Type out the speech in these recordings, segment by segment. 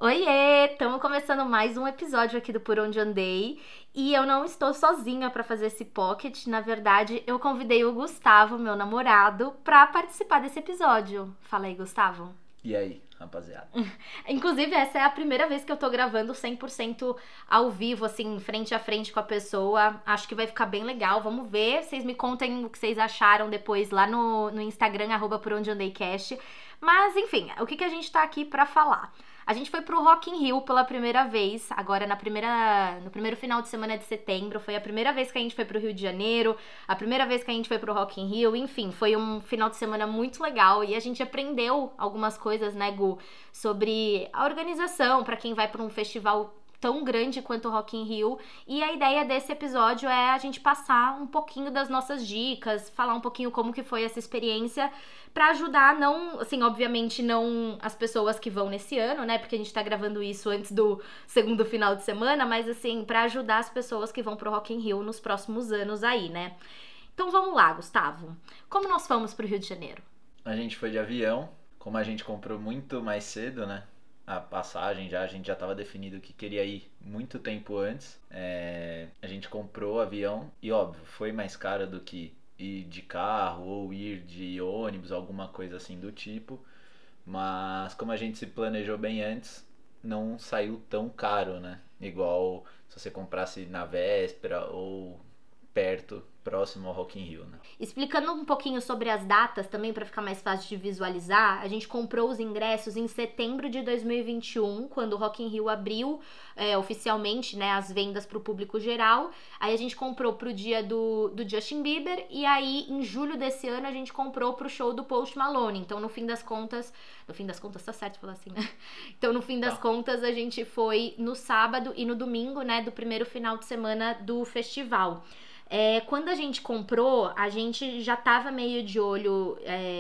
Oiê! Estamos começando mais um episódio aqui do Por Onde Andei e eu não estou sozinha para fazer esse pocket. Na verdade, eu convidei o Gustavo, meu namorado, para participar desse episódio. Fala aí, Gustavo. E aí, rapaziada? Inclusive, essa é a primeira vez que eu tô gravando 100% ao vivo, assim, frente a frente com a pessoa. Acho que vai ficar bem legal. Vamos ver. Vocês me contem o que vocês acharam depois lá no Instagram, @porondeandeicast. Mas, enfim, o que a gente tá aqui pra falar? A gente foi pro Rock in Rio pela primeira vez, agora no primeiro final de semana de setembro. Foi a primeira vez que a gente foi pro Rio de Janeiro, a primeira vez que a gente foi pro Rock in Rio. Enfim, foi um final de semana muito legal e a gente aprendeu algumas coisas, né, Gu, sobre a organização para quem vai para um festival tão grande quanto o Rock in Rio. E a ideia desse episódio é a gente passar um pouquinho das nossas dicas, falar um pouquinho como que foi essa experiência, pra ajudar, não, assim, obviamente não as pessoas que vão nesse ano, né, porque a gente tá gravando isso antes do segundo final de semana, mas assim, pra ajudar as pessoas que vão pro Rock in Rio nos próximos anos aí, né. Então vamos lá, Gustavo. Como nós fomos pro Rio de Janeiro? A gente foi de avião, como a gente comprou muito mais cedo, né? A passagem a gente já estava definido que queria ir muito tempo antes. A gente comprou o avião e, óbvio, foi mais caro do que ir de carro ou ir de ônibus, alguma coisa assim do tipo. Mas como a gente se planejou bem antes, não saiu tão caro, né? Igual se você comprasse na véspera ou perto, próximo ao Rock in Rio, né? Explicando um pouquinho sobre as datas também para ficar mais fácil de visualizar, a gente comprou os ingressos em setembro de 2021, quando o Rock in Rio abriu oficialmente, né, as vendas para o público geral. Aí a gente comprou pro dia do Justin Bieber e aí em julho desse ano a gente comprou pro show do Post Malone. Então no fim das contas tá certo falar assim, né? Então no fim das contas a gente foi no sábado e no domingo, né, do primeiro final de semana do festival. Quando a gente comprou, a gente já tava meio de olho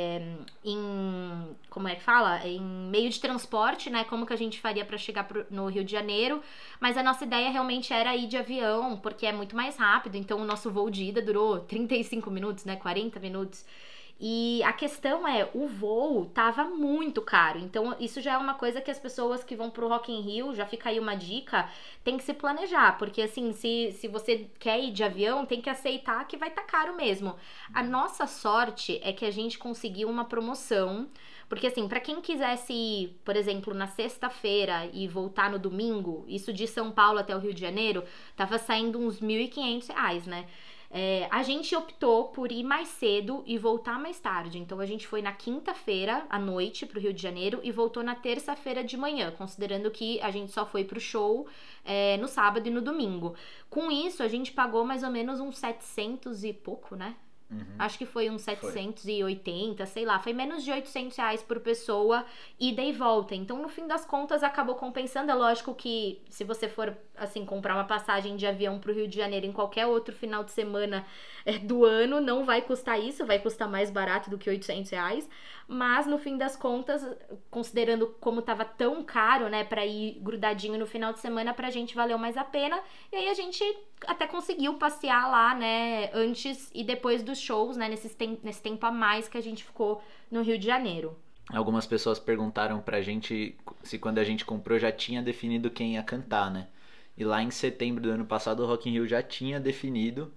em... Como é que fala? Em meio de transporte, né? Como que a gente faria pra chegar no Rio de Janeiro. Mas a nossa ideia realmente era ir de avião, porque é muito mais rápido. Então o nosso voo de ida durou 35 minutos, né? 40 minutos. E a questão o voo tava muito caro. Então isso já é uma coisa que as pessoas que vão pro Rock in Rio, já fica aí uma dica, tem que se planejar. Porque assim, se você quer ir de avião, tem que aceitar que vai estar caro mesmo. A nossa sorte é que a gente conseguiu uma promoção. Porque assim, pra quem quisesse ir, por exemplo, na sexta-feira e voltar no domingo, isso de São Paulo até o Rio de Janeiro, tava saindo uns R$ 1.500, né? A gente optou por ir mais cedo e voltar mais tarde. Então a gente foi na quinta-feira à noite pro Rio de Janeiro e voltou na terça-feira de manhã, considerando que a gente só foi pro show no sábado e no domingo. Com isso, a gente pagou mais ou menos uns 700 e pouco, né? Acho que foi uns 780, sei lá. Foi menos de R$ 800 por pessoa, ida e volta. Então, no fim das contas, acabou compensando. É lógico que se você for, assim, comprar uma passagem de avião pro Rio de Janeiro em qualquer outro final de semana do ano, não vai custar isso. Vai custar mais barato do que R$ 800. Mas, no fim das contas, considerando como tava tão caro, né, pra ir grudadinho no final de semana, pra gente valeu mais a pena. E aí, a gente até conseguiu passear lá, né, antes e depois dos shows, né, nesse tempo a mais que a gente ficou no Rio de Janeiro. Algumas pessoas perguntaram pra gente se quando a gente comprou já tinha definido quem ia cantar, né? E lá em setembro do ano passado o Rock in Rio já tinha definido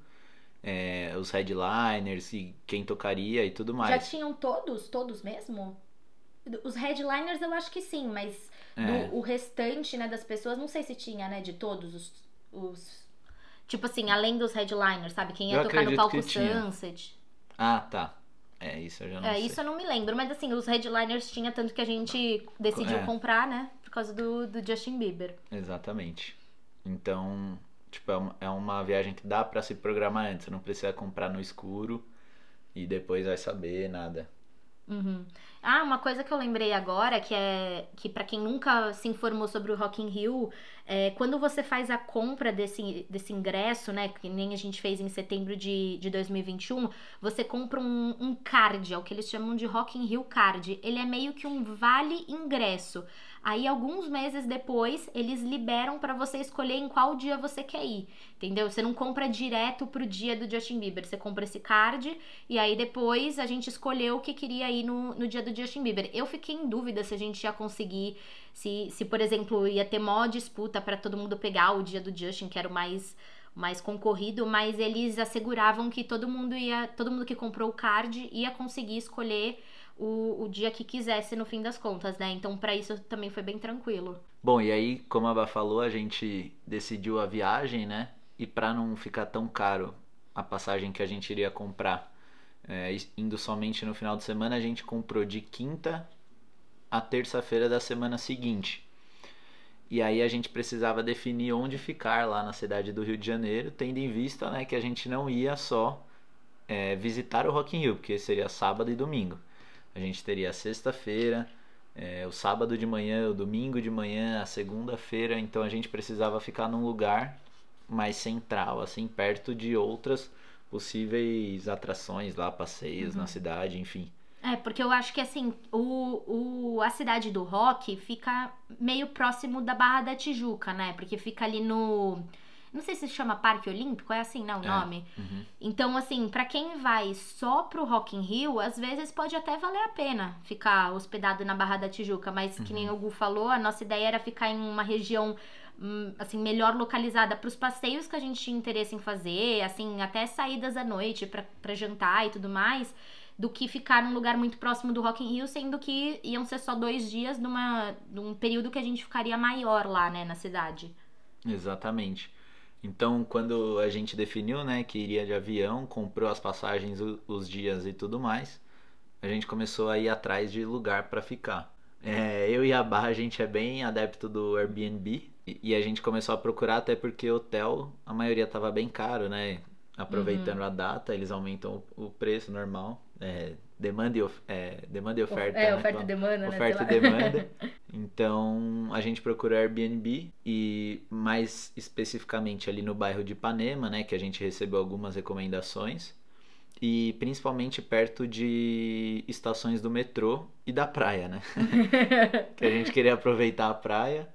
os headliners e quem tocaria e tudo mais. Já tinham todos mesmo? Os headliners eu acho que sim, mas o restante, né, das pessoas, não sei se tinha, né, de todos os tipo assim, além dos headliners, sabe? Quem ia tocar no palco Sunset. Ah, tá. Isso eu já não sei. Isso eu não me lembro, mas assim, os headliners tinha tanto que a gente decidiu comprar, né? Por causa do Justin Bieber. Exatamente. Então, tipo, é uma viagem que dá pra se programar antes. Você não precisa comprar no escuro e depois vai saber nada. Uhum. Uma coisa que eu lembrei agora, que pra quem nunca se informou sobre o Rock in Rio, quando você faz a compra desse ingresso, né, que nem a gente fez em setembro de 2021, você compra um card, é o que eles chamam de Rock in Rio Card. Ele é meio que um vale ingresso. Aí, alguns meses depois, eles liberam pra você escolher em qual dia você quer ir, entendeu? Você não compra direto pro dia do Justin Bieber, você compra esse card e aí depois a gente escolheu que queria ir no dia do Justin Bieber. Eu fiquei em dúvida se a gente ia conseguir, se por exemplo, ia ter maior disputa pra todo mundo pegar o dia do Justin, que era o mais concorrido, mas eles asseguravam que todo mundo que comprou o card ia conseguir escolher o dia que quisesse no fim das contas, né? Então, pra isso também foi bem tranquilo. Bom, e aí, como a Bá falou, a gente decidiu a viagem, né? E para não ficar tão caro a passagem que a gente iria comprar, indo somente no final de semana, a gente comprou de quinta a terça-feira da semana seguinte. E aí a gente precisava definir onde ficar lá na cidade do Rio de Janeiro, tendo em vista, né, que a gente não ia só visitar o Rock in Rio, porque seria sábado e domingo. A gente teria a sexta-feira, o sábado de manhã, o domingo de manhã, a segunda-feira. Então a gente precisava ficar num lugar mais central, assim, perto de outras possíveis atrações lá, passeios na cidade, enfim. Porque eu acho que assim, a cidade do rock fica meio próximo da Barra da Tijuca, né? Porque fica ali no... Não sei se chama Parque Olímpico, é assim, né, o nome? Uhum. Então, assim, pra quem vai só pro Rock in Rio, às vezes pode até valer a pena ficar hospedado na Barra da Tijuca, mas que nem o Gu falou, a nossa ideia era ficar em uma região, assim, melhor localizada pros passeios que a gente tinha interesse em fazer, assim, até saídas à noite pra jantar e tudo mais, do que ficar num lugar muito próximo do Rock in Rio, sendo que iam ser só 2 dias num período que a gente ficaria maior lá, né, na cidade. Exatamente. Então, quando a gente definiu, né, que iria de avião, comprou as passagens, os dias e tudo mais, a gente começou a ir atrás de lugar para ficar. Eu e a Barra, a gente é bem adepto do Airbnb e a gente começou a procurar, até porque hotel, a maioria tava bem caro, né? Aproveitando a data, eles aumentam o preço normal. Demanda e oferta, né? Oferta e demanda, Oferta né? e demanda. Então a gente procurou Airbnb e mais especificamente ali no bairro de Ipanema, né? Que a gente recebeu algumas recomendações. E principalmente perto de estações do metrô e da praia, né? Que a gente queria aproveitar a praia.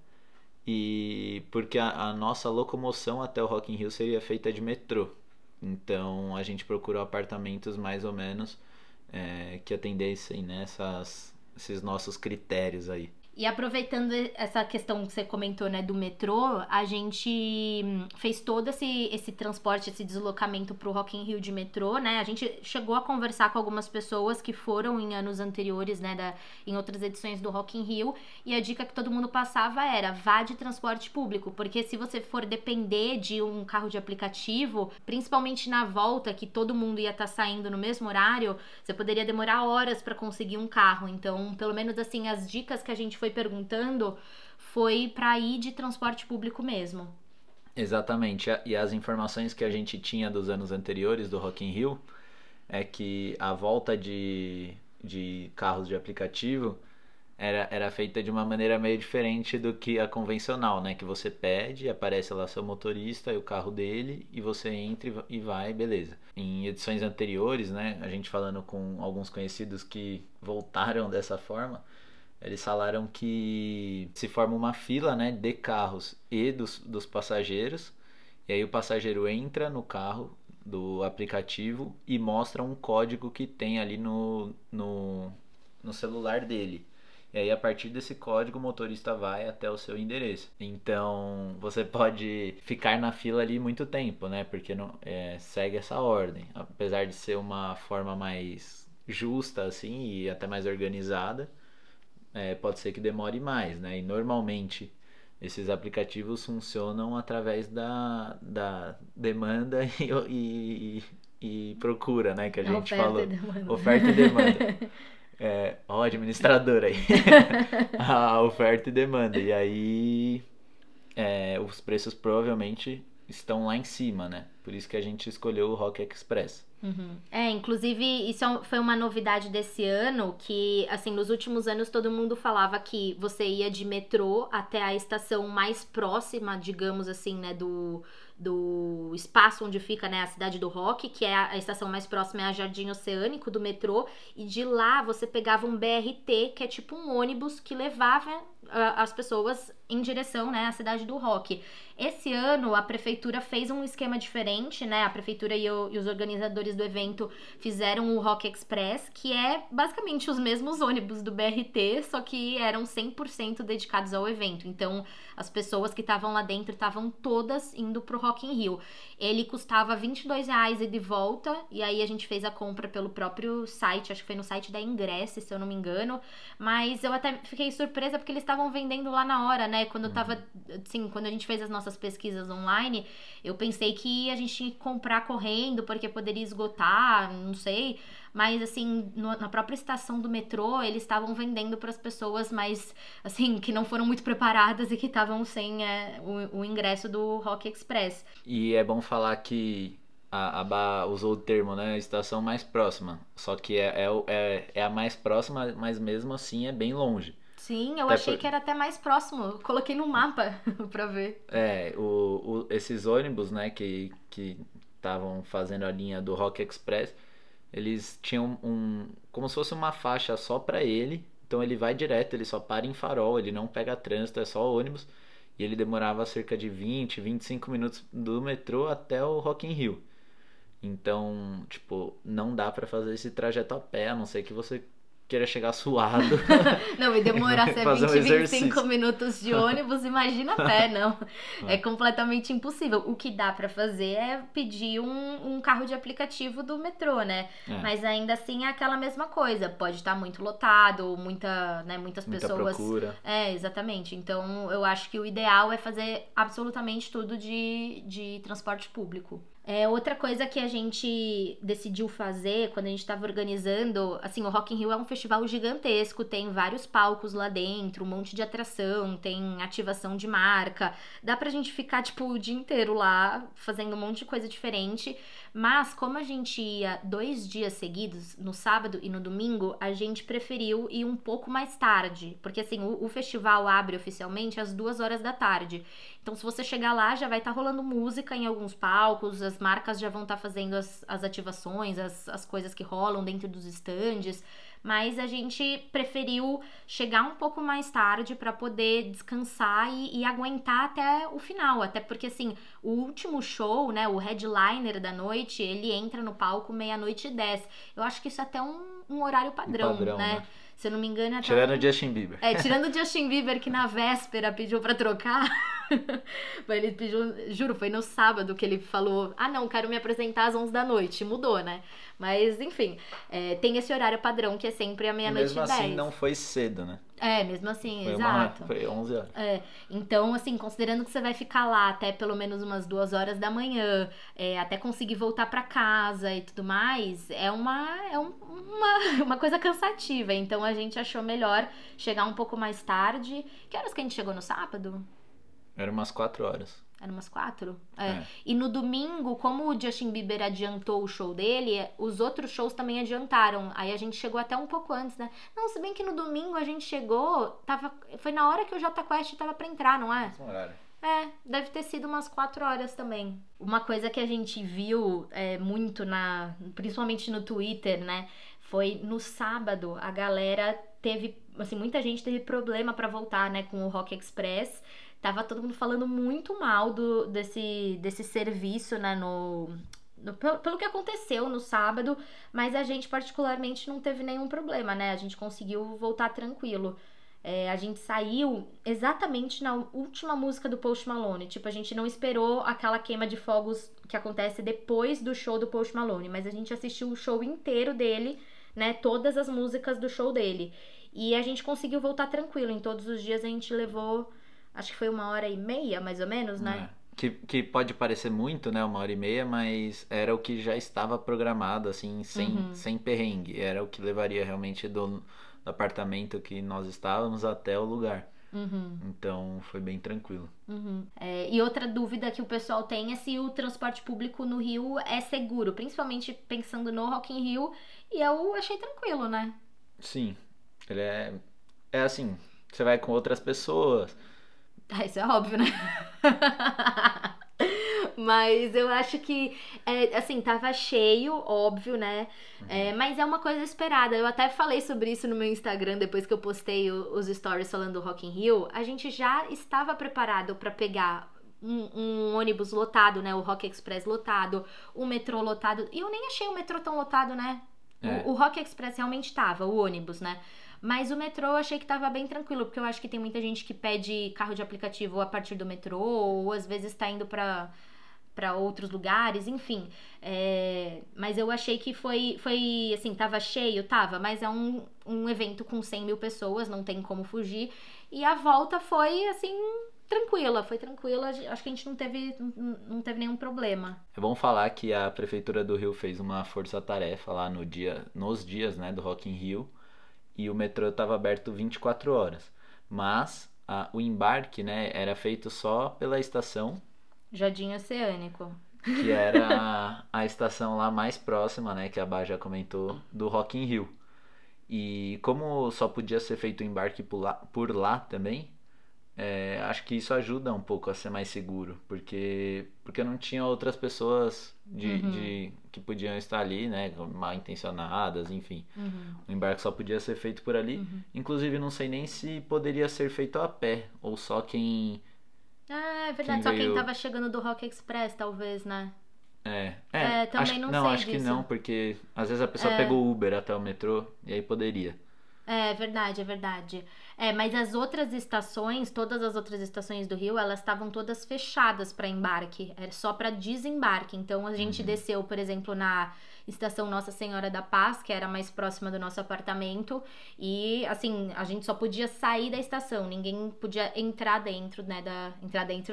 E porque a nossa locomoção até o Rock in Rio seria feita de metrô. Então a gente procurou apartamentos mais ou menos que atendessem, né, esses nossos critérios aí. E aproveitando essa questão que você comentou, né, do metrô, a gente fez todo esse transporte, esse deslocamento pro Rock in Rio de metrô, né? A gente chegou a conversar com algumas pessoas que foram em anos anteriores, né, em outras edições do Rock in Rio, e a dica que todo mundo passava era: vá de transporte público, porque se você for depender de um carro de aplicativo, principalmente na volta, que todo mundo ia estar saindo no mesmo horário, você poderia demorar horas para conseguir um carro. Então, pelo menos assim, as dicas que a gente foi perguntando foi para ir de transporte público mesmo. Exatamente. E as informações que a gente tinha dos anos anteriores do Rock in Rio é que a volta de carros de aplicativo era feita de uma maneira meio diferente do que a convencional, né? Que você pede, aparece lá seu motorista e o carro dele, e você entra e vai, beleza. Em edições anteriores, né? A gente falando com alguns conhecidos que voltaram dessa forma, eles falaram que se forma uma fila, né, de carros e dos passageiros, e aí o passageiro entra no carro do aplicativo e mostra um código que tem ali no celular dele. E aí, a partir desse código, o motorista vai até o seu endereço. Então, você pode ficar na fila ali muito tempo, né? Porque segue essa ordem. Apesar de ser uma forma mais justa, assim, e até mais organizada, pode ser que demore mais, né? E normalmente esses aplicativos funcionam através da demanda e procura, né? Que a gente falou. Oferta e demanda. Ó, administrador aí. A oferta e demanda. E aí os preços provavelmente estão lá em cima, né? Por isso que a gente escolheu o Rock Express. Inclusive, foi uma novidade desse ano, que, assim, nos últimos anos todo mundo falava que você ia de metrô até a estação mais próxima, digamos assim, né, do espaço onde fica, né, a cidade do rock, que é a estação mais próxima, é a Jardim Oceânico do metrô, e de lá você pegava um BRT, que é tipo um ônibus que levava as pessoas em direção, né, à cidade do rock. Esse ano a prefeitura fez um esquema diferente, né? A prefeitura e os organizadores do evento fizeram o Rock Express, que é basicamente os mesmos ônibus do BRT, só que eram 100% dedicados ao evento. Então, as pessoas que estavam lá dentro estavam todas indo pro Rock in Rio. Ele custava R$22 e de volta, e aí a gente fez a compra pelo próprio site, acho que foi no site da Ingress, se eu não me engano. Mas eu até fiquei surpresa porque eles estavam vendendo lá na hora, né? Quando eu tava, assim, quando a gente fez as nossas pesquisas online, eu pensei que a gente tinha que comprar correndo, porque poderia esgotar, não sei. Mas, assim, na própria estação do metrô, eles estavam vendendo para as pessoas, mas, assim, que não foram muito preparadas e que estavam sem o ingresso do Rock Express. E é bom falar que a Bá usou o termo, né? Estação mais próxima. Só que é a mais próxima, mas mesmo assim é bem longe. Sim, eu achei que era até mais próximo. Eu coloquei no mapa pra ver. Esses ônibus, né, que estavam fazendo a linha do Rock Express, eles tinham como se fosse uma faixa só pra ele. Então ele vai direto, ele só para em farol, ele não pega trânsito, é só ônibus. E ele demorava cerca de 25 minutos do metrô até o Rock in Rio. Então, tipo, não dá pra fazer esse trajeto a pé, a não ser que você queira chegar suado. Não, e demorar ser fazer 25 minutos de ônibus, imagina a pé, não. É completamente impossível. O que dá pra fazer é pedir um carro de aplicativo do metrô, né? Mas ainda assim é aquela mesma coisa. Pode estar muito lotado, muitas pessoas... Muita procura. Exatamente. Então, eu acho que o ideal é fazer absolutamente tudo de transporte público. Outra coisa que a gente decidiu fazer quando a gente estava organizando, assim, o Rock in Rio é um festival gigantesco, tem vários palcos lá dentro, um monte de atração, tem ativação de marca, dá pra gente ficar, tipo, o dia inteiro lá, fazendo um monte de coisa diferente, mas como a gente ia 2 dias seguidos, no sábado e no domingo, a gente preferiu ir um pouco mais tarde, porque, assim, o festival abre oficialmente às 2 horas da tarde. Então, se você chegar lá, já vai estar rolando música em alguns palcos, as marcas já vão estar fazendo as ativações, as coisas que rolam dentro dos estandes. Mas a gente preferiu chegar um pouco mais tarde para poder descansar e aguentar até o final. Até porque, assim, o último show, né, o headliner da noite, ele entra no palco 00:10. Eu acho que isso é até um horário padrão, né? Se eu não me engano, até tirando o Justin Bieber. Tirando o Justin Bieber, que na véspera pediu pra trocar. Ele pediu, juro, foi no sábado que ele falou: não, quero me apresentar às 11 da noite. Mudou, né? Mas, enfim, tem esse horário padrão que é sempre a 00:10. Mesmo assim, não foi cedo, né? Mesmo assim, exato. Foi 11 horas. Então, assim, considerando que você vai ficar lá até pelo menos umas 2 horas da manhã, até conseguir voltar pra casa e tudo mais, é uma coisa cansativa. Então, a gente achou melhor chegar um pouco mais tarde. Que horas que a gente chegou no sábado? Era umas 4 horas. Era umas 4? E no domingo, como o Justin Bieber adiantou o show dele, os outros shows também adiantaram. Aí a gente chegou até um pouco antes, né? Não, se bem que no domingo a gente chegou, foi na hora que o Jota Quest tava pra entrar, não é? Esse horário. Deve ter sido umas 4 horas também. Uma coisa que a gente viu muito, principalmente no Twitter, né? Foi no sábado, a galera teve, assim, muita gente teve problema pra voltar, né, com o Rock Express. Tava todo mundo falando muito mal desse serviço, né, pelo que aconteceu no sábado, mas a gente particularmente não teve nenhum problema, né, a gente conseguiu voltar tranquilo. A gente saiu exatamente na última música do Post Malone, tipo, a gente não esperou aquela queima de fogos que acontece depois do show do Post Malone, mas a gente assistiu o show inteiro dele, né, todas as músicas do show dele, e a gente conseguiu voltar tranquilo. Em todos os dias a gente levou, acho que foi 1h30, mais ou menos, né? Que pode parecer muito, né? 1h30, mas era o que já estava programado, assim, sem perrengue. Era o que levaria realmente do apartamento que nós estávamos até o lugar. Então foi bem tranquilo. E outra dúvida que o pessoal tem é se o transporte público no Rio é seguro, principalmente pensando no Rock in Rio, e eu achei tranquilo, né? Sim, ele é assim, você vai com outras pessoas. Isso é óbvio, né? Mas eu acho que, assim, tava cheio, óbvio, né? Mas é uma coisa esperada. Eu até falei sobre isso no meu Instagram depois que eu postei os stories falando do Rock in Rio. A gente já estava preparado para pegar um ônibus lotado, né? O Rock Express lotado, o metrô lotado. E eu nem achei o metrô tão lotado, né? O Rock Express realmente tava, o ônibus, né? Mas o metrô eu achei que tava bem tranquilo, porque eu acho que tem muita gente que pede carro de aplicativo a partir do metrô, ou às vezes tá indo pra outros lugares, enfim. Mas eu achei que foi assim, tava cheio, tava, mas é um evento com 100 mil pessoas, não tem como fugir. E a volta foi, assim, foi tranquila, acho que a gente não teve nenhum problema. É bom falar que a Prefeitura do Rio fez uma força-tarefa lá nos dias, né, do Rock in Rio, e o metrô estava aberto 24 horas. Mas o embarque, né, era feito só pela estação, Jardim Oceânico. que era a estação lá mais próxima, né, que a Bá já comentou, do Rock in Rio. E como só podia ser feito o embarque por lá também, acho que isso ajuda um pouco a ser mais seguro, porque não tinha outras pessoas que podiam estar ali, né, mal intencionadas, enfim. O embarque só podia ser feito por ali. Inclusive, não sei nem se poderia ser feito a pé, ou só quem... É verdade, só quem tava chegando do Rock Express, talvez, né? Também não sei acho disso. que não, porque às vezes a pessoa pegou o Uber até o metrô, e aí poderia. É verdade, é verdade. Mas as outras estações, todas as outras estações do Rio, elas estavam todas fechadas para embarque, era só para desembarque. Então a gente desceu, por exemplo, na estação Nossa Senhora da Paz, que era mais próxima do nosso apartamento, e assim, a gente só podia sair da estação, ninguém podia entrar dentro, né, entrar dentro.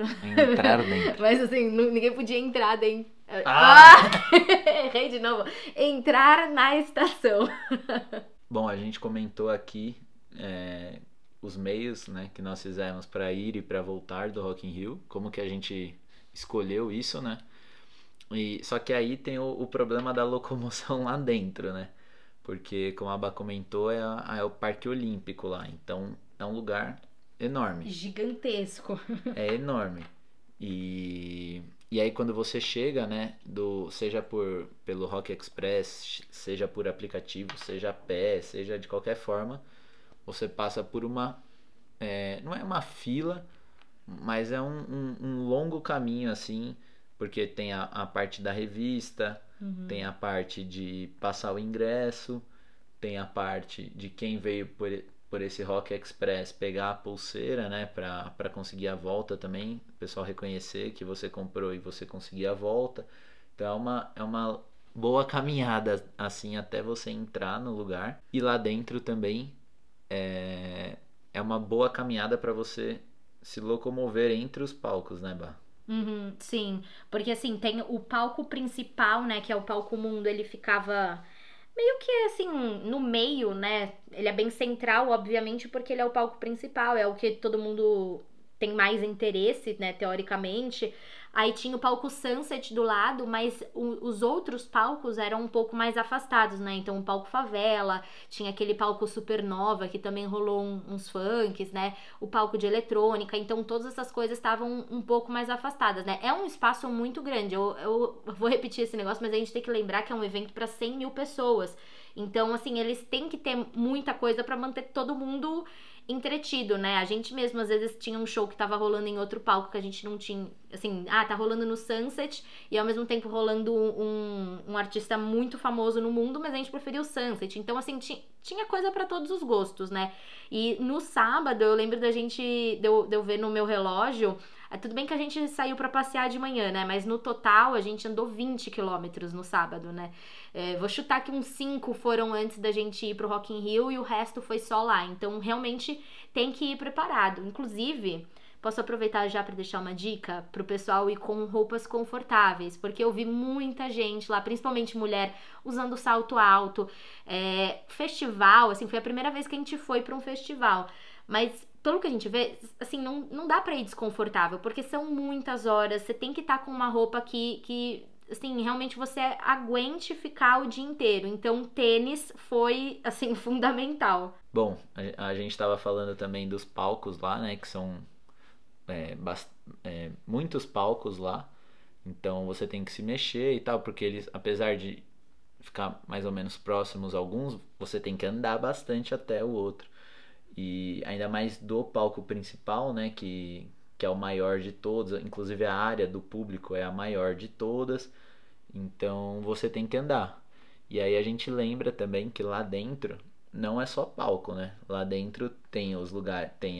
Mas assim, ninguém podia entrar dentro. Errei de novo. Entrar na estação. Bom, a gente comentou aqui os meios, né, que nós fizemos para ir e para voltar do Rock in Rio, como que a gente escolheu isso, né? Só que aí tem o problema da locomoção lá dentro, né? Porque, como a Bá comentou, é o Parque Olímpico lá, então é um lugar enorme. Gigantesco. É enorme. E aí quando você chega, né, seja pelo Rock Express, seja por aplicativo, seja a pé, seja de qualquer forma, você passa por uma... não é uma fila, mas é um longo caminho, assim, porque tem a parte da revista, tem a parte de passar o ingresso, tem a parte de quem veio por esse Rock Express pegar a pulseira, né, para conseguir a volta também, o pessoal reconhecer que você comprou e você conseguir a volta. Então é uma boa caminhada, assim, até você entrar no lugar. E lá dentro também é uma boa caminhada para você se locomover entre os palcos, né, Bá? Sim, porque assim, tem o palco principal, né, que é o palco mundo, ele ficava meio que assim, no meio, né? Ele é bem central, obviamente, porque ele é o palco principal, é o que todo mundo tem mais interesse, né, teoricamente. Aí tinha o palco Sunset do lado, mas os outros palcos eram um pouco mais afastados, né? Então o palco Favela, tinha aquele palco Supernova, que também rolou uns funks, né? O palco de eletrônica, então todas essas coisas estavam um pouco mais afastadas, né? É um espaço muito grande, eu vou repetir esse negócio, mas a gente tem que lembrar que é um evento para 100 mil pessoas. Então, assim, eles têm que ter muita coisa para manter todo mundo entretido, né? A gente mesmo, às vezes, tinha um show que tava rolando em outro palco que a gente não tinha, assim, tá rolando no Sunset e ao mesmo tempo rolando um artista muito famoso no mundo, mas a gente preferiu o Sunset. Então, assim, tinha coisa pra todos os gostos, né? E no sábado, eu lembro de eu ver no meu relógio, tudo bem que a gente saiu pra passear de manhã, né? Mas no total, a gente andou 20 quilômetros no sábado, né? Vou chutar que uns 5 foram antes da gente ir pro Rock in Rio e o resto foi só lá. Então, realmente, tem que ir preparado. Inclusive, posso aproveitar já para deixar uma dica pro pessoal ir com roupas confortáveis, porque eu vi muita gente lá, principalmente mulher, usando salto alto. Festival, assim, foi a primeira vez que a gente foi para um festival. Mas pelo que a gente vê, assim, não dá pra ir desconfortável, porque são muitas horas, você tem que estar com uma roupa que assim, realmente você aguente ficar o dia inteiro. Então, tênis foi, assim, fundamental. Bom, a gente estava falando também dos palcos lá, né? Que são muitos palcos lá. Então você tem que se mexer e tal, porque eles, apesar de ficar mais ou menos próximos alguns, você tem que andar bastante até o outro. E ainda mais do palco principal, né? Que é o maior de todos. Inclusive a área do público é a maior de todas. Então você tem que andar. E aí a gente lembra também que lá dentro não é só palco, né? Lá dentro tem os lugares, tem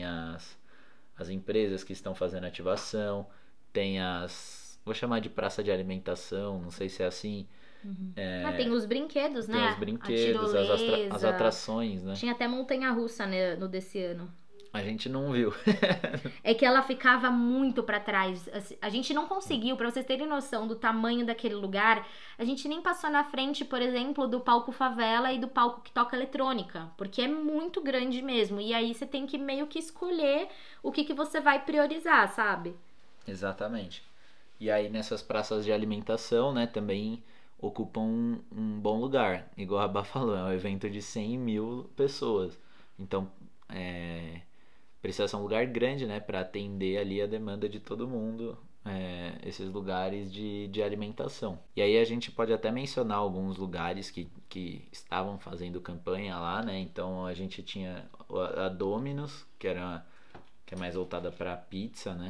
as empresas que estão fazendo ativação, tem vou chamar de praça de alimentação, não sei se é assim. Tem os brinquedos, Tem né? os A brinquedos, as tirolesa. atrações, né? Tinha até montanha-russa, né, no desse ano. A gente não viu. É que ela ficava muito pra trás. A gente não conseguiu, pra vocês terem noção do tamanho daquele lugar, a gente nem passou na frente, por exemplo, do palco Favela e do palco que toca eletrônica, porque é muito grande mesmo. E aí você tem que meio que escolher o que você vai priorizar, sabe? Exatamente. E aí nessas praças de alimentação, né, também ocupam um bom lugar. Igual a Bá falou, é um evento de 100 mil pessoas. Então, precisa ser um lugar grande, né, para atender ali a demanda de todo mundo, esses lugares de alimentação. E aí a gente pode até mencionar alguns lugares que estavam fazendo campanha lá, né? Então a gente tinha a Domino's, que é mais voltada para pizza, né?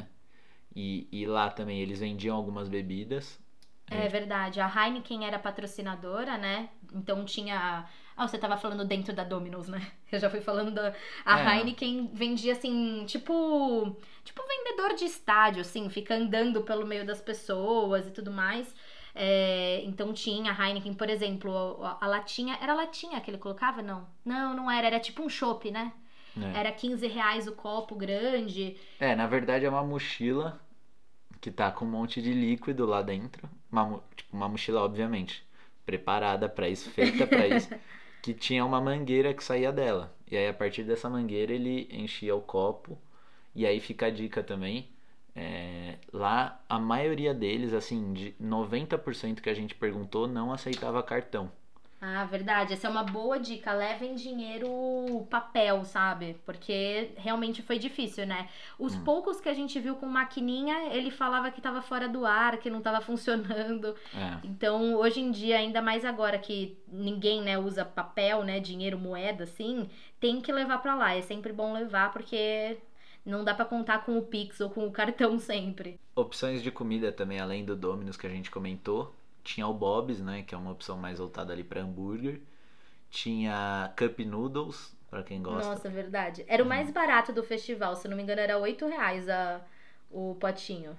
E lá também eles vendiam algumas bebidas. É verdade, a Heineken era patrocinadora, né? Então tinha. Você tava falando dentro da Domino's, né? Eu já fui falando a Heineken vendia assim, tipo vendedor de estádio, assim, fica andando pelo meio das pessoas e tudo mais. Então tinha a Heineken, por exemplo, a latinha. Era a latinha que ele colocava? Não. Não era. Era tipo um chopp, né? Era R$15 o copo grande. Na verdade é uma mochila que tá com um monte de líquido lá dentro. Uma mochila, obviamente, preparada para isso, feita para isso, que tinha uma mangueira que saía dela. E aí, a partir dessa mangueira, ele enchia o copo. E aí fica a dica também. Lá, a maioria deles, assim, de 90% que a gente perguntou, não aceitava cartão. Ah, verdade. Essa é uma boa dica. Levem dinheiro papel, sabe? Porque realmente foi difícil, né? Os poucos que a gente viu com maquininha, ele falava que tava fora do ar, que não tava funcionando. Então, hoje em dia, ainda mais agora que ninguém, né, usa papel, né, dinheiro, moeda, assim, tem que levar pra lá. É sempre bom levar, porque não dá pra contar com o Pix ou com o cartão sempre. Opções de comida também, além do Domino's que a gente comentou. Tinha o Bob's, né, que é uma opção mais voltada ali para hambúrguer. Tinha Cup Noodles, para quem gosta. Nossa, verdade. Era o mais barato do festival, se não me engano, era R$8 o potinho.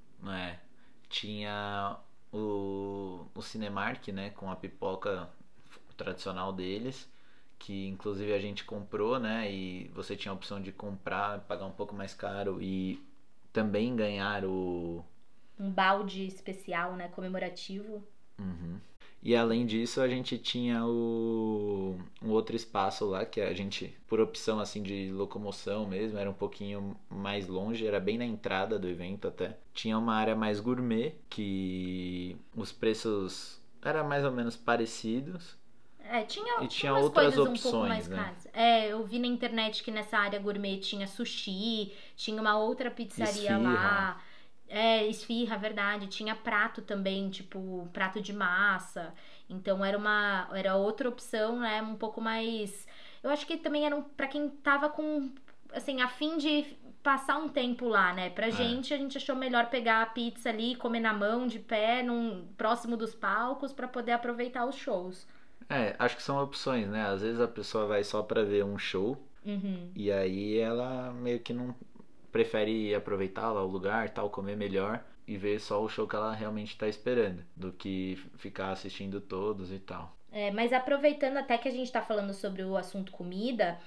Tinha o Cinemark, né, com a pipoca tradicional deles, que inclusive a gente comprou, né, e você tinha a opção de comprar, pagar um pouco mais caro e também ganhar um balde especial, né, comemorativo. E além disso, a gente tinha um outro espaço lá, que a gente, por opção assim de locomoção mesmo, era um pouquinho mais longe, era bem na entrada do evento até. Tinha uma área mais gourmet, que os preços eram mais ou menos parecidos. Tinha outras coisas opções, um pouco mais né? caras. Eu vi na internet que nessa área gourmet tinha sushi, tinha uma outra pizzaria lá. Esfirra, verdade. Tinha prato também, tipo, prato de massa. Então era outra opção, né? Um pouco mais. Eu acho que também era pra quem tava com, assim, a fim de passar um tempo lá, né? Pra gente, a gente achou melhor pegar a pizza ali, comer na mão, de pé, próximo dos palcos, pra poder aproveitar os shows. Acho que são opções, né? Às vezes a pessoa vai só pra ver um show e aí ela meio que não prefere aproveitar lá o lugar, tal, comer melhor e ver só o show que ela realmente tá esperando, do que ficar assistindo todos e tal. Mas aproveitando até que a gente tá falando sobre o assunto comida,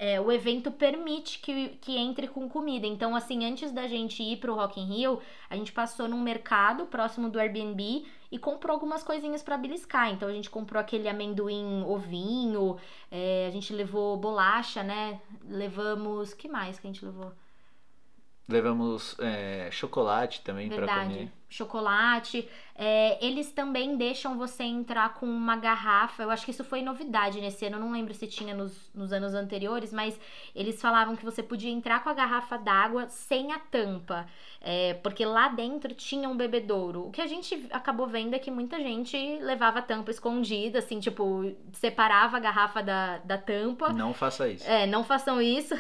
o evento permite que entre com comida. Então, assim, antes da gente ir pro Rock in Rio, a gente passou num mercado próximo do Airbnb e comprou algumas coisinhas pra beliscar. Então, a gente comprou aquele amendoim ovinho, a gente levou bolacha, né? Levamos... que mais que a gente levou? Levamos chocolate também pra comer. Verdade. Chocolate. Eles também deixam você entrar com uma garrafa. Eu acho que isso foi novidade nesse ano. Eu não lembro se tinha nos anos anteriores, mas eles falavam que você podia entrar com a garrafa d'água sem a tampa. Porque lá dentro tinha um bebedouro. O que a gente acabou vendo é que muita gente levava a tampa escondida, assim, tipo, separava a garrafa da tampa. Não faça isso. Não façam isso.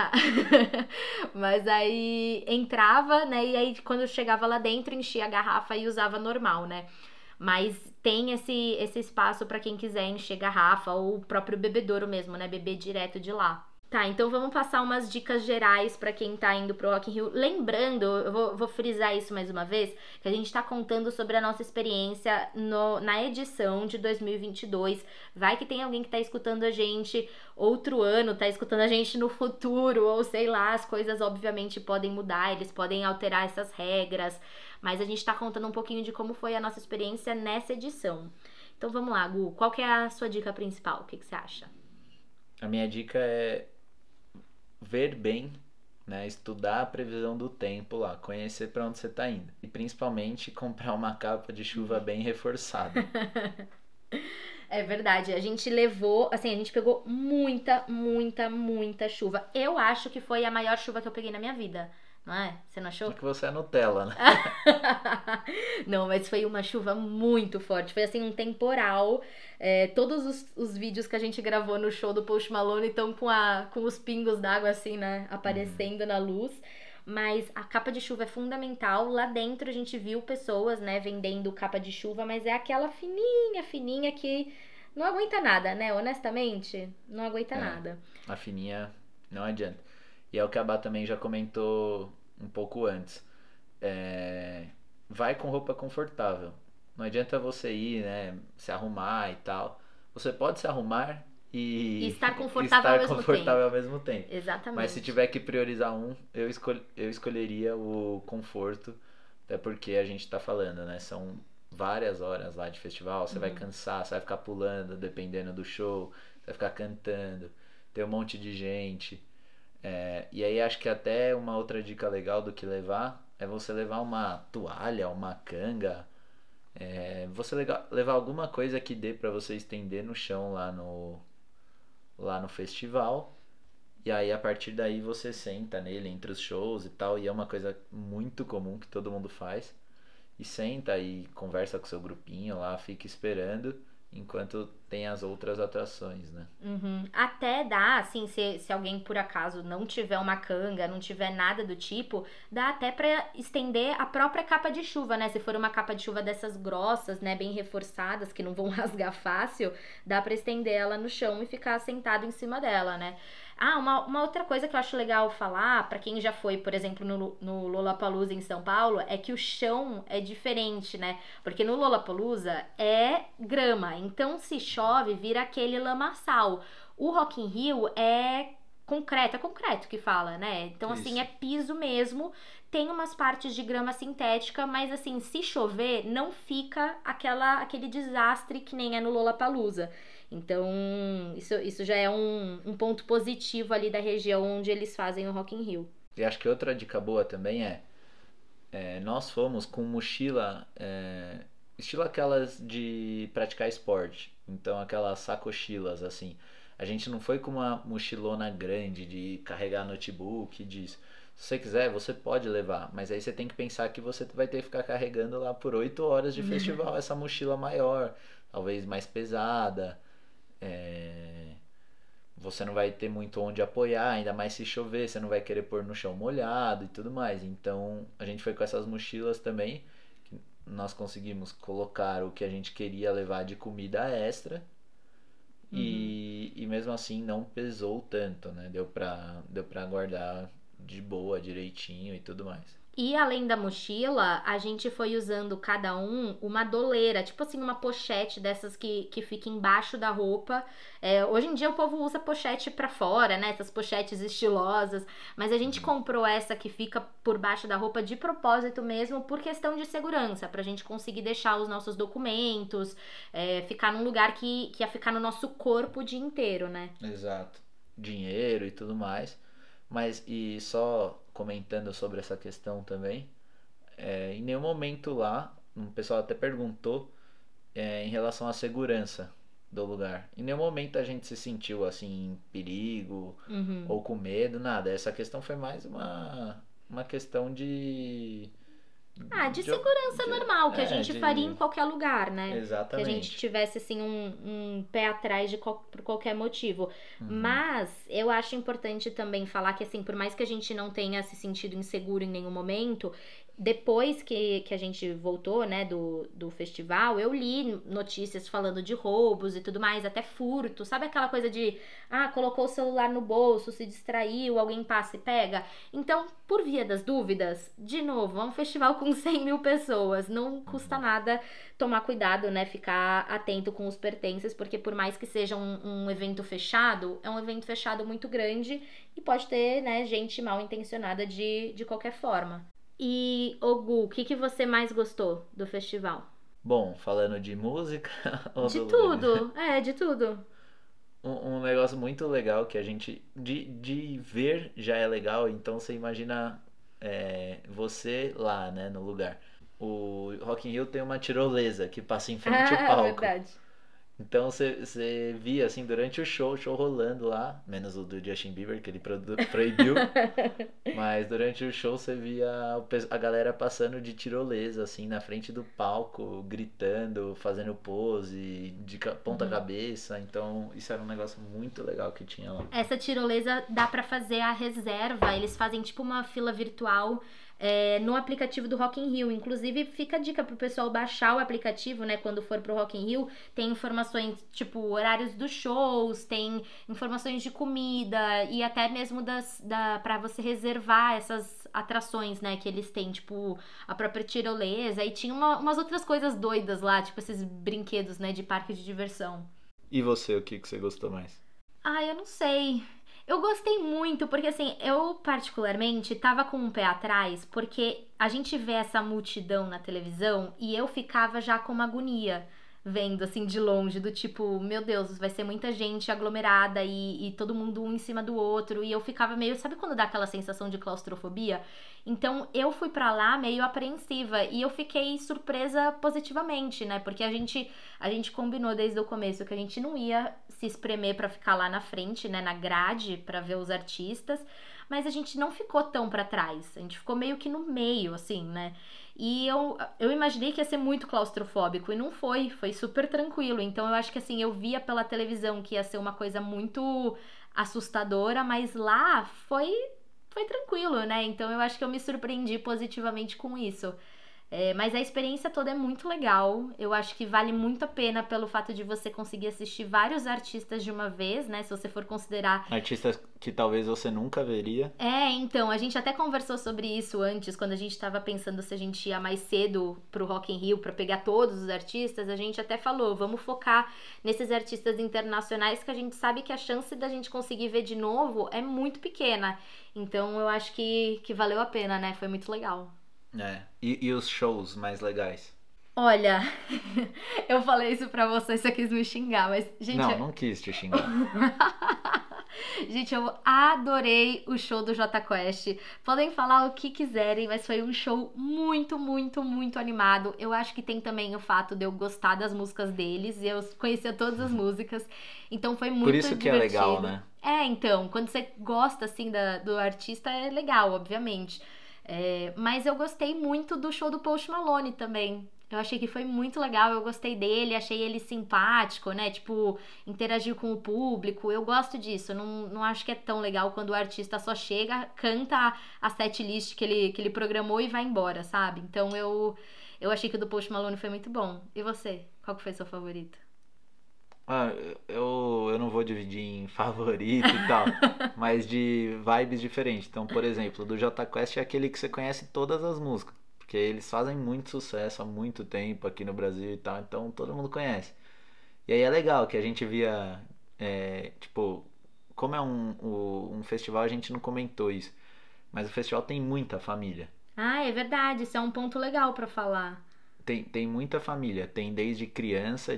Mas aí entrava, né? E aí quando chegava lá dentro, enchia a garrafa e usava normal, né? Mas tem esse espaço para quem quiser encher garrafa ou o próprio bebedouro mesmo, né? Beber direto de lá. Tá, então vamos passar umas dicas gerais para quem tá indo pro Rock in Rio. Lembrando, eu vou frisar isso mais uma vez, que a gente tá contando sobre a nossa experiência na edição de 2022. Vai que tem alguém que tá escutando a gente outro ano, tá escutando a gente no futuro, ou sei lá, as coisas obviamente podem mudar, eles podem alterar essas regras, mas a gente tá contando um pouquinho de como foi a nossa experiência nessa edição. Então vamos lá, Gu, qual que é a sua dica principal? O que você acha? A minha dica é ver bem, né, estudar a previsão do tempo lá, conhecer para onde você está indo e principalmente comprar uma capa de chuva bem reforçada. É verdade, a gente levou, assim, a gente pegou muita, muita, muita chuva. Eu acho que foi a maior chuva que eu peguei na minha vida, não é? Você não achou? Só que você é Nutella, né? Não, mas foi uma chuva muito forte. Foi assim um temporal. Todos os vídeos que a gente gravou no show do Post Malone estão com os pingos d'água assim, né? Aparecendo na luz. Mas a capa de chuva é fundamental. Lá dentro a gente viu pessoas, né, vendendo capa de chuva, mas é aquela fininha, fininha que não aguenta nada, né? Honestamente, não aguenta nada. A fininha não adianta. E é o que a Bá também já comentou um pouco antes. Vai com roupa confortável. Não adianta você ir, né, se arrumar e tal. Você pode se arrumar e estar confortável ao mesmo tempo. Exatamente. Mas se tiver que priorizar eu escolheria o conforto, até porque a gente tá falando, né, são várias horas lá de festival, você vai cansar, você vai ficar pulando dependendo do show, você vai ficar cantando, tem um monte de gente. E aí acho que até uma outra dica legal do que levar é você levar uma toalha, uma canga, você levar alguma coisa que dê pra você estender no chão lá no festival. E aí a partir daí você senta nele entre os shows e tal, e é uma coisa muito comum que todo mundo faz. E senta e conversa com seu grupinho lá, fica esperando enquanto tem as outras atrações, né? Até dá, assim, se alguém por acaso não tiver uma canga, não tiver nada do tipo, dá até pra estender a própria capa de chuva, né? Se for uma capa de chuva dessas grossas, né, bem reforçadas, que não vão rasgar fácil, dá pra estender ela no chão e ficar sentado em cima dela, né? Uma outra coisa que eu acho legal falar, pra quem já foi, por exemplo, no Lollapalooza em São Paulo, é que o chão é diferente, né? Porque no Lollapalooza é grama, então se chove, vira aquele lamaçal. O Rock in Rio é concreto que fala, né? Então, assim, é piso mesmo. Tem umas partes de grama sintética, mas assim, se chover, não fica aquele desastre que nem é no Lollapalooza. Então, isso já é um ponto positivo ali da região onde eles fazem o Rock in Rio. E acho que outra dica boa também nós fomos com mochila, estilo aquelas de praticar esporte. Então, aquelas sacochilas, assim. A gente não foi com uma mochilona grande de carregar notebook, disso. Se você quiser, você pode levar, mas aí você tem que pensar que você vai ter que ficar carregando lá por 8 horas de festival essa mochila maior, talvez mais pesada. Você não vai ter muito onde apoiar, ainda mais se chover, você não vai querer pôr no chão molhado e tudo mais. Então a gente foi com essas mochilas também, que nós conseguimos colocar o que a gente queria levar de comida extra. E mesmo assim não pesou tanto, né? Deu pra guardar de boa, direitinho e tudo mais. E além da mochila, a gente foi usando cada um uma doleira, tipo assim, uma pochete dessas que fica embaixo da roupa. Hoje em dia o povo usa pochete pra fora, né? Essas pochetes estilosas. Mas a gente comprou essa que fica por baixo da roupa de propósito mesmo, por questão de segurança, pra gente conseguir deixar os nossos documentos, ficar num lugar que ia ficar no nosso corpo o dia inteiro, né? Exato. Dinheiro e tudo mais. Mas, e só comentando sobre essa questão também, em nenhum momento lá, o pessoal até perguntou em relação à segurança do lugar. Em nenhum momento a gente se sentiu assim em perigo Uhum. ou com medo, nada. Essa questão foi mais uma questão De segurança normal, que a gente faria em de qualquer lugar, né? Que a gente exatamente. tivesse, assim, um pé atrás por qualquer motivo. Uhum. Mas eu acho importante também falar que, assim, por mais que a gente não tenha se sentido inseguro em nenhum momento, depois que a gente voltou, né, do festival, eu li notícias falando de roubos e tudo mais, até furto. Sabe aquela coisa de, colocou o celular no bolso, se distraiu, alguém passa e pega? Então, por via das dúvidas, de novo, é um festival com 100 mil pessoas. Não custa Uhum. nada tomar cuidado, né? Ficar atento com os pertences, porque por mais que seja um evento fechado, é um evento fechado muito grande e pode ter, né, gente mal intencionada de qualquer forma. E, Gu, o que você mais gostou do festival? Bom, falando de música ou De do lugar? tudo, de tudo. Um negócio muito legal que a gente de ver já é legal, então você imagina você lá, né, no lugar. O Rock in Rio tem uma tirolesa que passa em frente ao palco. Verdade. Então você via assim durante o show rolando lá, menos o do Justin Bieber que ele proibiu, mas durante o show você via a galera passando de tirolesa assim na frente do palco, gritando, fazendo pose de ponta Uhum. cabeça. Então isso era um negócio muito legal que tinha lá. Essa tirolesa dá pra fazer a reserva. Eles fazem tipo uma fila virtual no aplicativo do Rock in Rio. Inclusive, fica a dica pro pessoal baixar o aplicativo, né? Quando for pro Rock in Rio, tem informações tipo horários dos shows, tem informações de comida e até mesmo para você reservar essas atrações, né? Que eles têm, tipo a própria tirolesa e tinha umas outras coisas doidas lá, tipo esses brinquedos, né? De parque de diversão. E você, o que você gostou mais? Eu não sei. Eu gostei muito, porque assim, eu particularmente tava com um pé atrás, porque a gente vê essa multidão na televisão e eu ficava já com uma agonia, vendo assim de longe, do tipo, meu Deus, vai ser muita gente aglomerada e todo mundo um em cima do outro, e eu ficava meio, sabe quando dá aquela sensação de claustrofobia? Então eu fui pra lá meio apreensiva e eu fiquei surpresa positivamente, né? Porque a gente combinou desde o começo que a gente não ia se espremer pra ficar lá na frente, né, na grade, pra ver os artistas, mas a gente não ficou tão pra trás. A gente ficou meio que no meio, assim, né? E eu imaginei que ia ser muito claustrofóbico e não foi super tranquilo. Então eu acho que assim, eu via pela televisão que ia ser uma coisa muito assustadora, mas lá foi tranquilo, né? Então eu acho que eu me surpreendi positivamente com isso. Mas a experiência toda é muito legal. Eu acho que vale muito a pena pelo fato de você conseguir assistir vários artistas de uma vez, né? Se você for considerar. Artistas que talvez você nunca veria. Então, a gente até conversou sobre isso antes, quando a gente tava pensando se a gente ia mais cedo pro Rock in Rio pra pegar todos os artistas, a gente até falou, vamos focar nesses artistas internacionais que a gente sabe que a chance da gente conseguir ver de novo é muito pequena. Então, eu acho que valeu a pena, né? Foi muito legal. E os shows mais legais? Olha, eu falei isso pra você quis me xingar, mas, gente, Não, não quis te xingar. gente, eu adorei o show do Jota Quest. Podem falar o que quiserem, mas foi um show muito, muito, muito animado. Eu acho que tem também o fato de eu gostar das músicas deles e eu conhecia todas as músicas, então foi Por muito isso que é divertido. legal, né? Então, quando você gosta assim do artista é legal, obviamente. Mas eu gostei muito do show do Post Malone também. Eu achei que foi muito legal, eu gostei dele, achei ele simpático, né? Tipo, interagiu com o público. Eu gosto disso. Não acho que é tão legal quando o artista só chega, canta a setlist que ele programou e vai embora, sabe? Então eu achei que o do Post Malone foi muito bom. E você? Qual que foi seu favorito? Ah, eu não vou dividir em favorito e tal, mas de vibes diferentes. Então, por exemplo, do Jota Quest é aquele que você conhece todas as músicas, porque eles fazem muito sucesso há muito tempo aqui no Brasil e tal, então todo mundo conhece. E aí é legal que a gente via, tipo, como é um festival, a gente não comentou isso, mas o festival tem muita família. Ah, é verdade, isso é um ponto legal pra falar. Tem muita família. Tem desde criança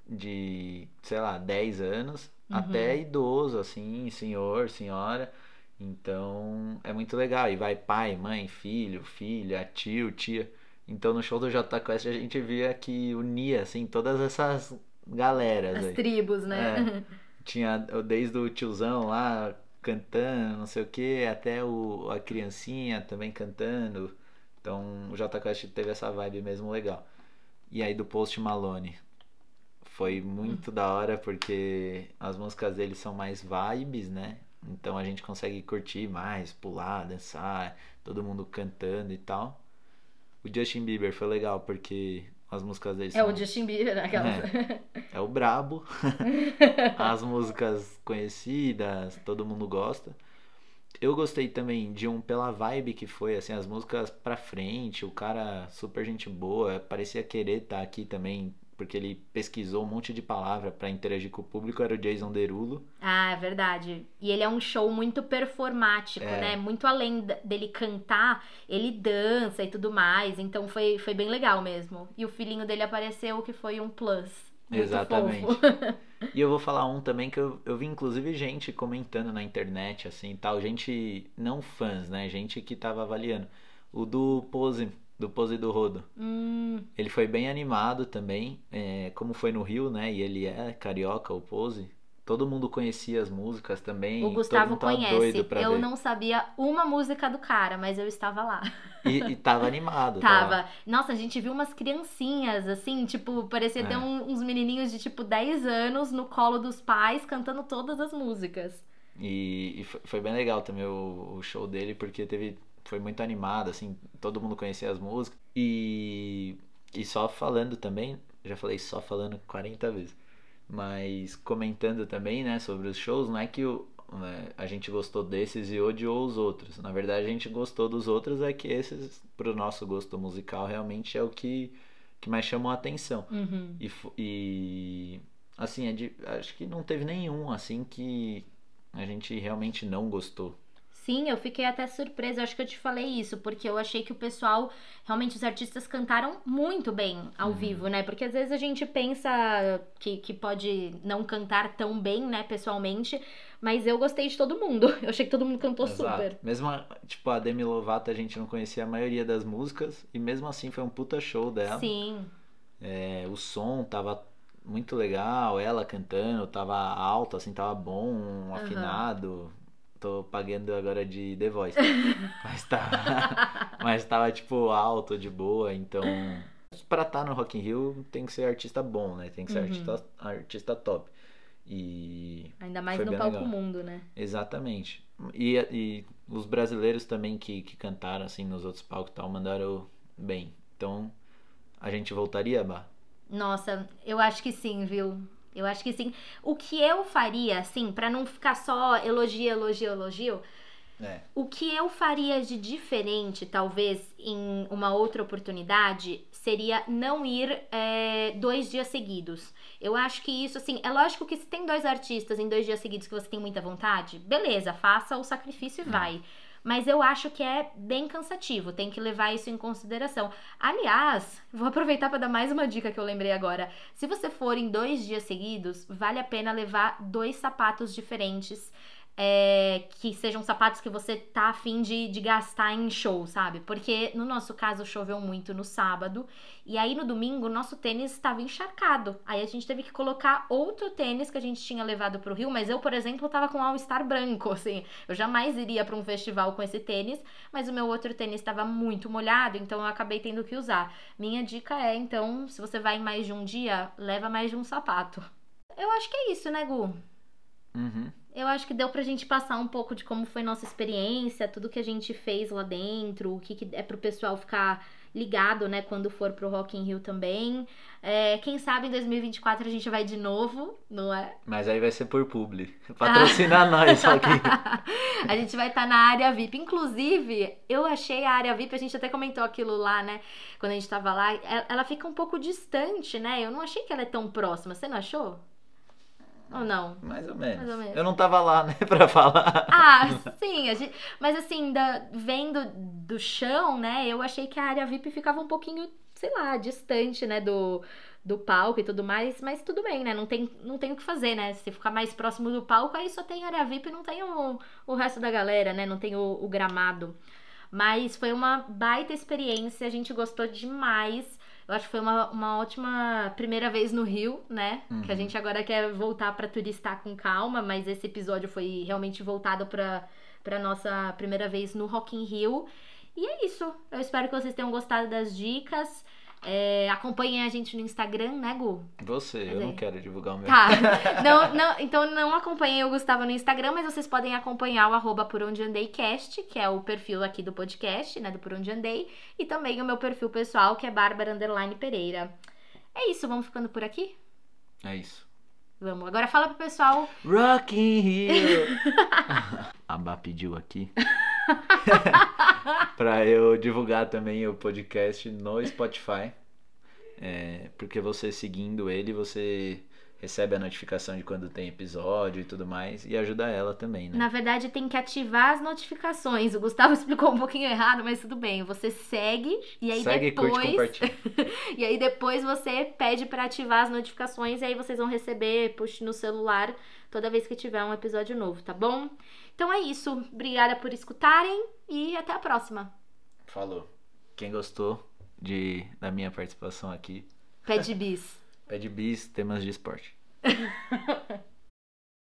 sei lá, 10 anos, até Uhum. idoso, assim, senhor, senhora. Então é muito legal. E vai pai, mãe, filho, filha, tio, tia. Então no show do Jota Quest a gente via que unia, assim, todas essas galeras As aí. tribos, né? É, tinha desde o tiozão lá cantando, não sei o que, até a criancinha também cantando. Então o Jota Quest teve essa vibe mesmo legal. E aí do Post Malone foi muito da hora porque as músicas dele são mais vibes, né? Então a gente consegue curtir mais, pular, dançar, todo mundo cantando e tal. O Justin Bieber foi legal porque as músicas dele É o são. Justin Bieber, aquelas. É, é o brabo. As músicas conhecidas, todo mundo gosta. Eu gostei também de um pela vibe que foi, assim, as músicas pra frente, o cara super gente boa, parecia querer estar aqui também, porque ele pesquisou um monte de palavra pra interagir com o público, era o Jason Derulo. Ah, é verdade. E ele é um show muito performático, né? É, Muito além dele cantar, ele dança e tudo mais. Então foi bem legal mesmo. E o filhinho dele apareceu, que foi um plus. Muito fofo. exatamente. E eu vou falar um também que eu vi inclusive gente comentando na internet, assim, tal, gente não fãs, né? Gente que tava avaliando. O do Pose do Rodo. Hum, Ele foi bem animado também, como foi no Rio, né? E ele é carioca, o Pose. Todo mundo conhecia as músicas o também, todo Gustavo mundo tava doido conhece. pra Eu ver. não sabia uma música do cara, mas eu estava lá. E tava animado, tava. Tava. Nossa, a gente viu umas criancinhas, assim, tipo, parecia ter É. uns menininhos de tipo 10 anos no colo dos pais cantando todas as músicas. E foi bem legal também o show dele, porque foi muito animado, assim, todo mundo conhecia as músicas. E só falando também, já falei só falando 40 vezes, mas comentando também, né, sobre os shows, não é que a gente gostou desses e odiou os outros. Na verdade, a gente gostou dos outros, é que esses, pro nosso gosto musical, realmente é o que mais chamou a atenção. Uhum. E assim, acho que não teve nenhum, assim, que a gente realmente não gostou. Sim, eu fiquei até surpresa. Eu acho que eu te falei isso, porque eu achei que o pessoal, realmente os artistas cantaram muito bem ao Uhum. vivo, né? Porque às vezes a gente pensa que pode não cantar tão bem, né, pessoalmente, mas eu gostei de todo mundo. Eu achei que todo mundo cantou Exato. super. Mesmo, tipo, a Demi Lovato a gente não conhecia a maioria das músicas e mesmo assim foi um puta show dela. Sim. O som tava muito legal, ela cantando, tava alto, assim, tava bom, Aham. afinado. Tô pagando agora de The Voice. Mas tava, mas tava tipo alto, de boa, então pra estar no Rock in Rio tem que ser artista bom, né? Tem que ser Uhum. artista top. E Ainda mais foi no bem palco legal. mundo, né? Exatamente. E os brasileiros também que cantaram assim nos outros palcos e tal, mandaram bem. Então, a gente voltaria, Bah? Nossa, eu acho que sim, viu? Eu acho que sim. O que eu faria, assim, pra não ficar só elogio, elogio, elogio, É. o que eu faria de diferente, talvez, em uma outra oportunidade, seria não ir 2 dias seguidos. Eu acho que isso, assim, é lógico que se tem dois artistas em 2 dias seguidos que você tem muita vontade, beleza, faça o sacrifício e É. vai. Mas eu acho que é bem cansativo, tem que levar isso em consideração. Aliás, vou aproveitar para dar mais uma dica que eu lembrei agora. Se você for em 2 dias seguidos, vale a pena levar dois sapatos diferentes que sejam sapatos que você tá afim de gastar em show, sabe? Porque no nosso caso choveu muito no sábado e aí no domingo o nosso tênis estava encharcado. Aí a gente teve que colocar outro tênis que a gente tinha levado pro Rio, mas eu, por exemplo, tava com All-Star branco, assim. Eu jamais iria para um festival com esse tênis, mas o meu outro tênis estava muito molhado, então eu acabei tendo que usar. Minha dica é, então, se você vai em mais de um dia, leva mais de um sapato. Eu acho que é isso, né, Gu? Uhum. Eu acho que deu pra gente passar um pouco de como foi nossa experiência, tudo que a gente fez lá dentro, o que é pro pessoal ficar ligado, né, quando for pro Rock in Rio também. Quem sabe em 2024 a gente vai de novo, não é? Mas aí vai ser por publi. Patrocinar nós, Rock in Rio. A gente vai estar na área VIP. Inclusive, eu achei a área VIP, a gente até comentou aquilo lá, né? Quando a gente tava lá, ela fica um pouco distante, né? Eu não achei que ela é tão próxima. Você não achou? Ou não? Mais ou menos. Mais ou menos. Eu não tava lá, né, pra falar. Ah, sim, mas assim, vendo do chão, né, eu achei que a área VIP ficava um pouquinho, sei lá, distante, né, do palco e tudo mais, mas tudo bem, né, não tem o que fazer, né, se ficar mais próximo do palco, aí só tem área VIP e não tem o resto da galera, né, não tem o gramado. Mas foi uma baita experiência, a gente gostou demais. Eu acho que foi uma ótima primeira vez no Rio, né? Que a gente agora quer voltar pra turistar com calma, mas esse episódio foi realmente voltado pra nossa primeira vez no Rock in Rio. E é isso. Eu espero que vocês tenham gostado das dicas. Acompanhem a gente no Instagram, né, Gu? Eu não quero divulgar o meu. Tá. Então não acompanhem o Gustavo no Instagram, mas vocês podem acompanhar o @PorOndeAndeiCast, que é o perfil aqui do podcast, né, do Por Onde Andei, e também o meu perfil pessoal, que é Bárbara_Pereira. É isso, vamos ficando por aqui? É isso. Vamos. Agora fala pro pessoal. Rock in Rio. A Bá pediu aqui pra eu divulgar também o podcast no Spotify. Porque você seguindo ele, você recebe a notificação de quando tem episódio e tudo mais, e ajuda ela também, né? Na verdade, tem que ativar as notificações. O Gustavo explicou um pouquinho errado, mas tudo bem. Você segue e aí segue, depois curte, compartilha. E aí depois você pede pra ativar as notificações e aí vocês vão receber push no celular toda vez que tiver um episódio novo, tá bom? Então é isso. Obrigada por escutarem e até a próxima. Falou. Quem gostou da minha participação aqui, Pede bis. pede bis, temas de esporte.